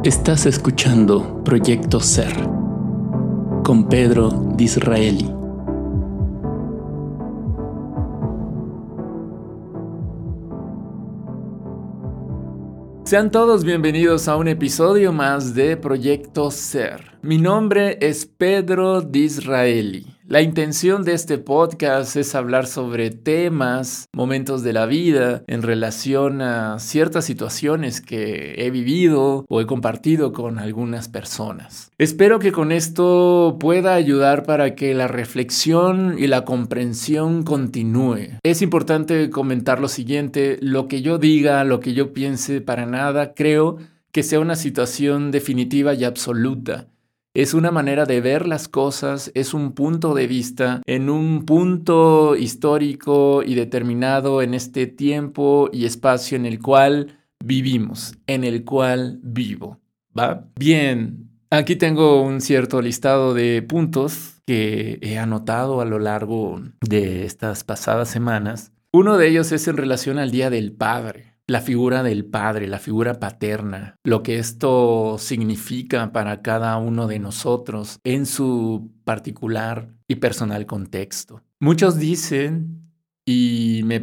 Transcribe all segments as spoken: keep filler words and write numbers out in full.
Estás escuchando Proyecto Ser con Pedro Disraeli. Sean todos bienvenidos a un episodio más de Proyecto Ser. Mi nombre es Pedro Disraeli. La intención de este podcast es hablar sobre temas, momentos de la vida en relación a ciertas situaciones que he vivido o he compartido con algunas personas. Espero que con esto pueda ayudar para que la reflexión y la comprensión continúe. Es importante comentar lo siguiente: lo que yo diga, lo que yo piense, para nada creo que sea una situación definitiva y absoluta. Es una manera de ver las cosas, es un punto de vista en un punto histórico y determinado en este tiempo y espacio en el cual vivimos, en el cual vivo, ¿va? Bien, aquí tengo un cierto listado de puntos que he anotado a lo largo de estas pasadas semanas. Uno de ellos es en relación al Día del Padre. La figura del padre, la figura paterna, lo que esto significa para cada uno de nosotros en su particular y personal contexto. Muchos dicen, y me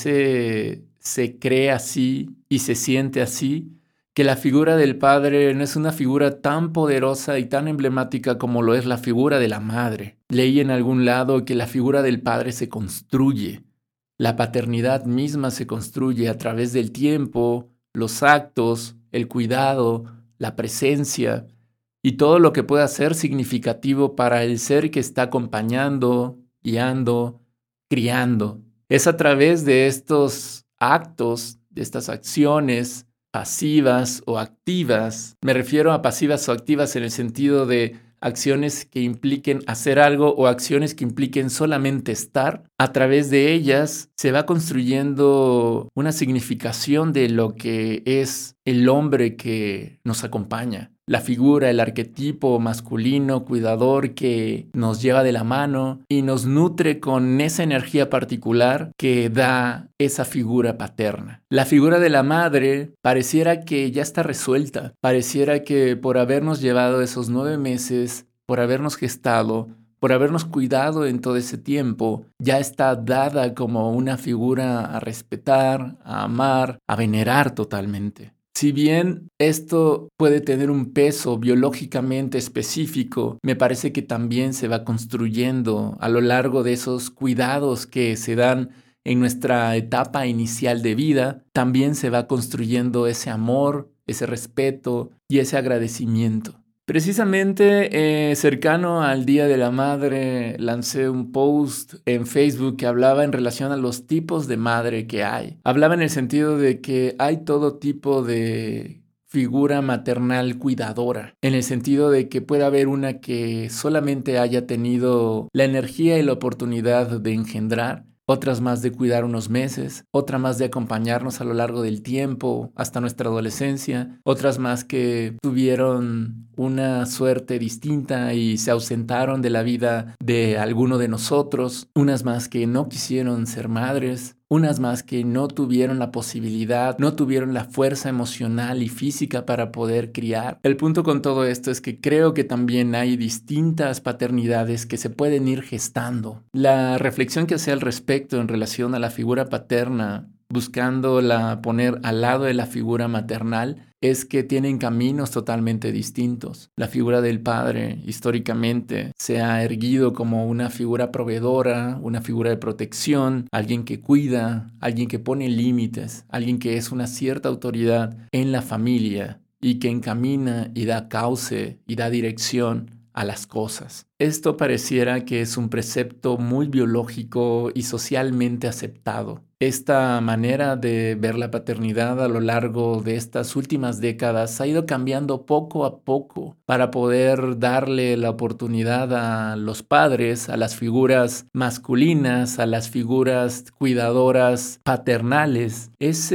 parece se cree así y se siente así, que la figura del padre no es una figura tan poderosa y tan emblemática como lo es la figura de la madre. Leí en algún lado que la figura del padre se construye. La paternidad misma se construye a través del tiempo, los actos, el cuidado, la presencia y todo lo que pueda ser significativo para el ser que está acompañando, guiando, criando. Es a través de estos actos, de estas acciones pasivas o activas. Me refiero a pasivas o activas en el sentido de acciones que impliquen hacer algo o acciones que impliquen solamente estar. A través de ellas se va construyendo una significación de lo que es el hombre que nos acompaña. La figura, el arquetipo masculino, cuidador que nos lleva de la mano y nos nutre con esa energía particular que da esa figura paterna. La figura de la madre pareciera que ya está resuelta. Pareciera que por habernos llevado esos nueve meses, por habernos gestado, por habernos cuidado en todo ese tiempo, ya está dada como una figura a respetar, a amar, a venerar totalmente. Si bien esto puede tener un peso biológicamente específico, me parece que también se va construyendo a lo largo de esos cuidados que se dan en nuestra etapa inicial de vida. También se va construyendo ese amor, ese respeto y ese agradecimiento. Precisamente eh, cercano al Día de la Madre lancé un post en Facebook que hablaba en relación a los tipos de madre que hay. Hablaba en el sentido de que hay todo tipo de figura maternal cuidadora, en el sentido de que puede haber una que solamente haya tenido la energía y la oportunidad de engendrar, otras más de cuidar unos meses, otra más de acompañarnos a lo largo del tiempo hasta nuestra adolescencia, otras más que tuvieron una suerte distinta y se ausentaron de la vida de alguno de nosotros, unas más que no quisieron ser madres, unas más que no tuvieron la posibilidad, no tuvieron la fuerza emocional y física para poder criar. El punto con todo esto es que creo que también hay distintas paternidades que se pueden ir gestando. La reflexión que hacía al respecto en relación a la figura paterna, buscándola poner al lado de la figura maternal, es que tienen caminos totalmente distintos. La figura del padre históricamente se ha erguido como una figura proveedora, una figura de protección, alguien que cuida, alguien que pone límites, alguien que es una cierta autoridad en la familia y que encamina y da cauce y da dirección a las cosas. Esto pareciera que es un precepto muy biológico y socialmente aceptado. Esta manera de ver la paternidad a lo largo de estas últimas décadas ha ido cambiando poco a poco para poder darle la oportunidad a los padres, a las figuras masculinas, a las figuras cuidadoras paternales,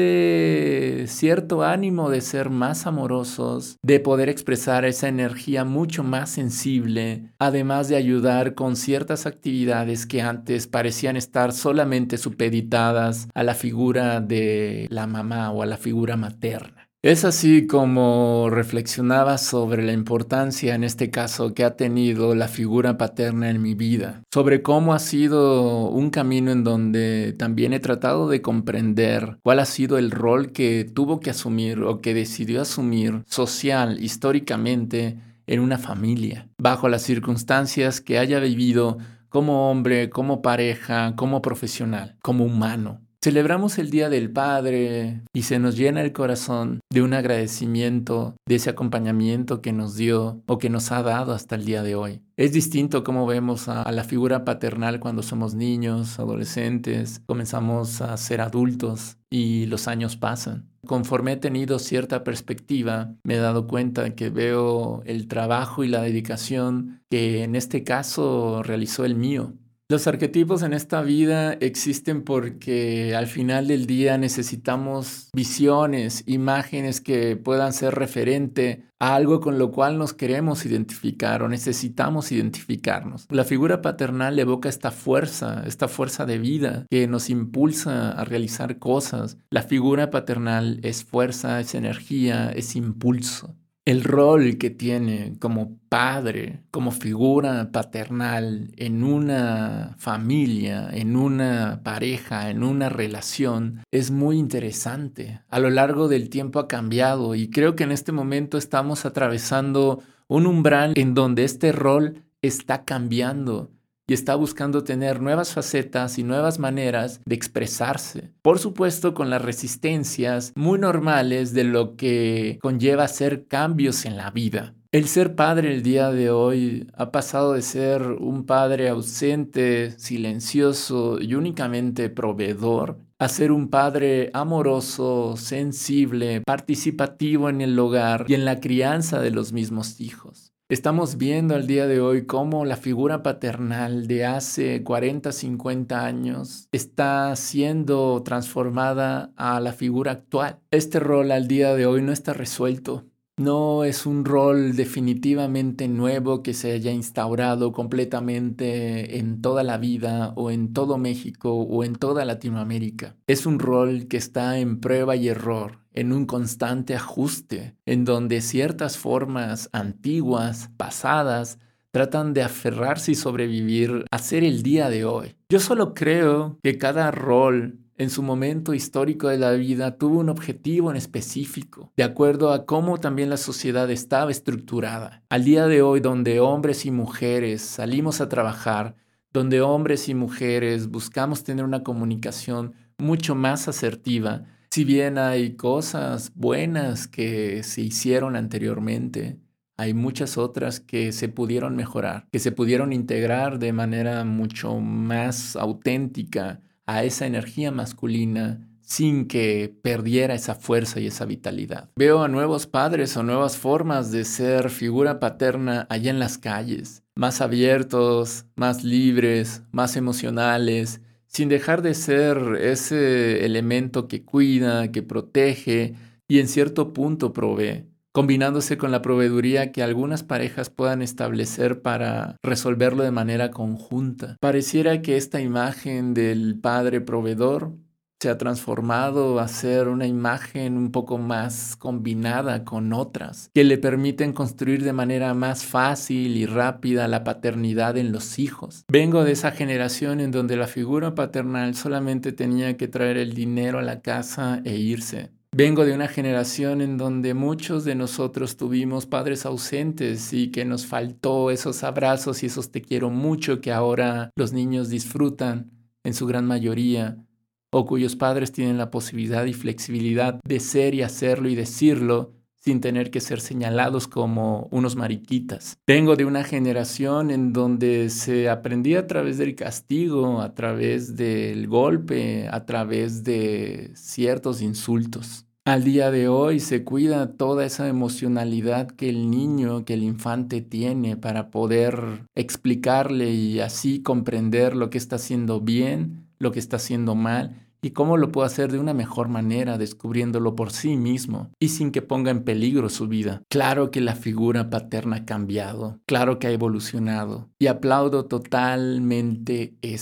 ese cierto ánimo de ser más amorosos, de poder expresar esa energía mucho más sensible, además de ayudar con ciertas actividades que antes parecían estar solamente supeditadas a la figura de la mamá o a la figura materna. Es así como reflexionaba sobre la importancia, en este caso, que ha tenido la figura paterna en mi vida, sobre cómo ha sido un camino en donde también he tratado de comprender cuál ha sido el rol que tuvo que asumir o que decidió asumir social, históricamente, en una familia, bajo las circunstancias que haya vivido como hombre, como pareja, como profesional, como humano. Celebramos el Día del Padre y se nos llena el corazón de un agradecimiento de ese acompañamiento que nos dio o que nos ha dado hasta el día de hoy. Es distinto cómo vemos a, a la figura paternal cuando somos niños, adolescentes, comenzamos a ser adultos y los años pasan. Conforme he tenido cierta perspectiva, me he dado cuenta que veo el trabajo y la dedicación que en este caso realizó el mío. Los arquetipos en esta vida existen porque al final del día necesitamos visiones, imágenes que puedan ser referente a algo con lo cual nos queremos identificar o necesitamos identificarnos. La figura paternal evoca esta fuerza, esta fuerza de vida que nos impulsa a realizar cosas. La figura paternal es fuerza, es energía, es impulso. El rol que tiene como padre, como figura paternal en una familia, en una pareja, en una relación, es muy interesante. A lo largo del tiempo ha cambiado y creo que en este momento estamos atravesando un umbral en donde este rol está cambiando y está buscando tener nuevas facetas y nuevas maneras de expresarse. Por supuesto, con las resistencias muy normales de lo que conlleva hacer cambios en la vida. El ser padre el día de hoy ha pasado de ser un padre ausente, silencioso y únicamente proveedor, a ser un padre amoroso, sensible, participativo en el hogar y en la crianza de los mismos hijos. Estamos viendo al día de hoy cómo la figura paternal de hace cuarenta, cincuenta años está siendo transformada a la figura actual. Este rol al día de hoy no está resuelto. No es un rol definitivamente nuevo que se haya instaurado completamente en toda la vida o en todo México o en toda Latinoamérica. Es un rol que está en prueba y error, en un constante ajuste, en donde ciertas formas antiguas, pasadas, tratan de aferrarse y sobrevivir a ser el día de hoy. Yo solo creo que cada rol en su momento histórico de la vida tuvo un objetivo en específico, de acuerdo a cómo también la sociedad estaba estructurada. Al día de hoy, donde hombres y mujeres salimos a trabajar, donde hombres y mujeres buscamos tener una comunicación mucho más asertiva, si bien hay cosas buenas que se hicieron anteriormente, hay muchas otras que se pudieron mejorar, que se pudieron integrar de manera mucho más auténtica a esa energía masculina sin que perdiera esa fuerza y esa vitalidad. Veo a nuevos padres o nuevas formas de ser figura paterna allá en las calles, más abiertos, más libres, más emocionales, sin dejar de ser ese elemento que cuida, que protege y en cierto punto provee, combinándose con la proveeduría que algunas parejas puedan establecer para resolverlo de manera conjunta. Pareciera que esta imagen del padre proveedor se ha transformado a ser una imagen un poco más combinada con otras, que le permiten construir de manera más fácil y rápida la paternidad en los hijos. Vengo de esa generación en donde la figura paternal solamente tenía que traer el dinero a la casa e irse. Vengo de una generación en donde muchos de nosotros tuvimos padres ausentes y que nos faltó esos abrazos y esos te quiero mucho que ahora los niños disfrutan en su gran mayoría, o cuyos padres tienen la posibilidad y flexibilidad de ser y hacerlo y decirlo sin tener que ser señalados como unos mariquitas. Vengo de una generación en donde se aprendía a través del castigo, a través del golpe, a través de ciertos insultos. Al día de hoy se cuida toda esa emocionalidad que el niño, que el infante tiene para poder explicarle y así comprender lo que está haciendo bien, lo que está haciendo mal y cómo lo puede hacer de una mejor manera, descubriéndolo por sí mismo y sin que ponga en peligro su vida. Claro que la figura paterna ha cambiado, claro que ha evolucionado y aplaudo totalmente eso.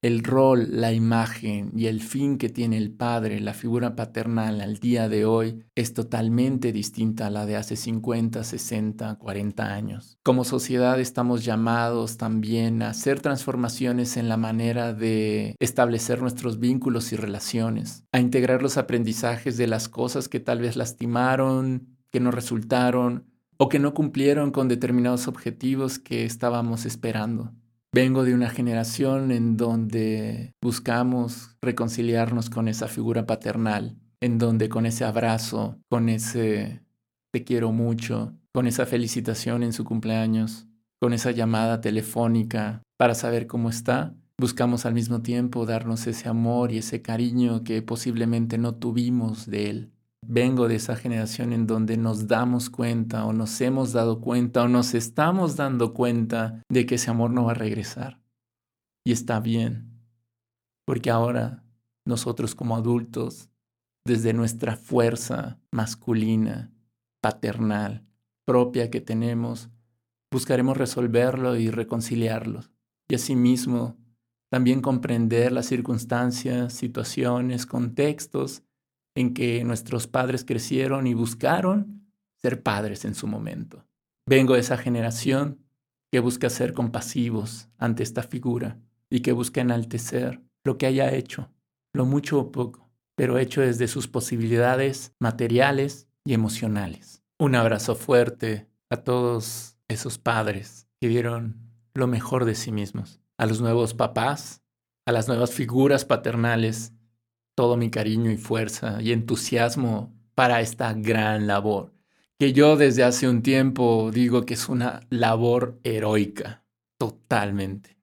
el rol, la imagen y el fin que tiene el padre, la figura paternal al día de hoy, es totalmente distinta a la de hace cincuenta, sesenta, cuarenta años. Como sociedad estamos llamados también a hacer transformaciones en la manera de establecer nuestros vínculos y relaciones, a integrar los aprendizajes de las cosas que tal vez lastimaron, que no resultaron o que no cumplieron con determinados objetivos que estábamos esperando. Vengo de una generación en donde buscamos reconciliarnos con esa figura paternal, en donde con ese abrazo, con ese te quiero mucho, con esa felicitación en su cumpleaños, con esa llamada telefónica para saber cómo está, buscamos al mismo tiempo darnos ese amor y ese cariño que posiblemente no tuvimos de él. Vengo de esa generación en donde nos damos cuenta o nos hemos dado cuenta o nos estamos dando cuenta de que ese amor no va a regresar. Y está bien, porque ahora nosotros como adultos, desde nuestra fuerza masculina, paternal, propia que tenemos, buscaremos resolverlo y reconciliarlo. Y asimismo, también comprender las circunstancias, situaciones, contextos en que nuestros padres crecieron y buscaron ser padres en su momento. Vengo de esa generación que busca ser compasivos ante esta figura y que busca enaltecer lo que haya hecho, lo mucho o poco, pero hecho desde sus posibilidades materiales y emocionales. Un abrazo fuerte a todos esos padres que dieron lo mejor de sí mismos, a los nuevos papás, a las nuevas figuras paternales, todo mi cariño y fuerza y entusiasmo para esta gran labor, que yo desde hace un tiempo digo que es una labor heroica, totalmente.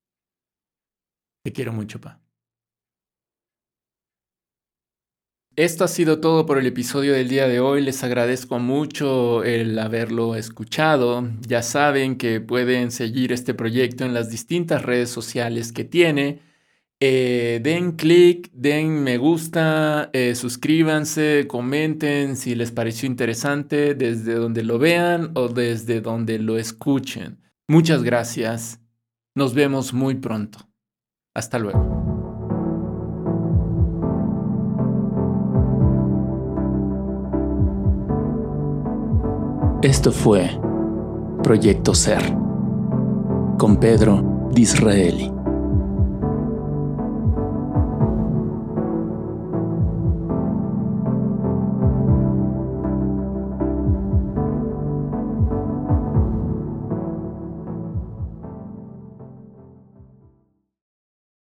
Te quiero mucho, pa. Esto ha sido todo por el episodio del día de hoy. Les agradezco mucho el haberlo escuchado. Ya saben que pueden seguir este proyecto en las distintas redes sociales que tiene. Eh, den clic, den me gusta, eh, suscríbanse, comenten si les pareció interesante desde donde lo vean o desde donde lo escuchen. Muchas gracias. Nos vemos muy pronto. Hasta luego. Esto fue Proyecto Ser con Pedro Disraeli.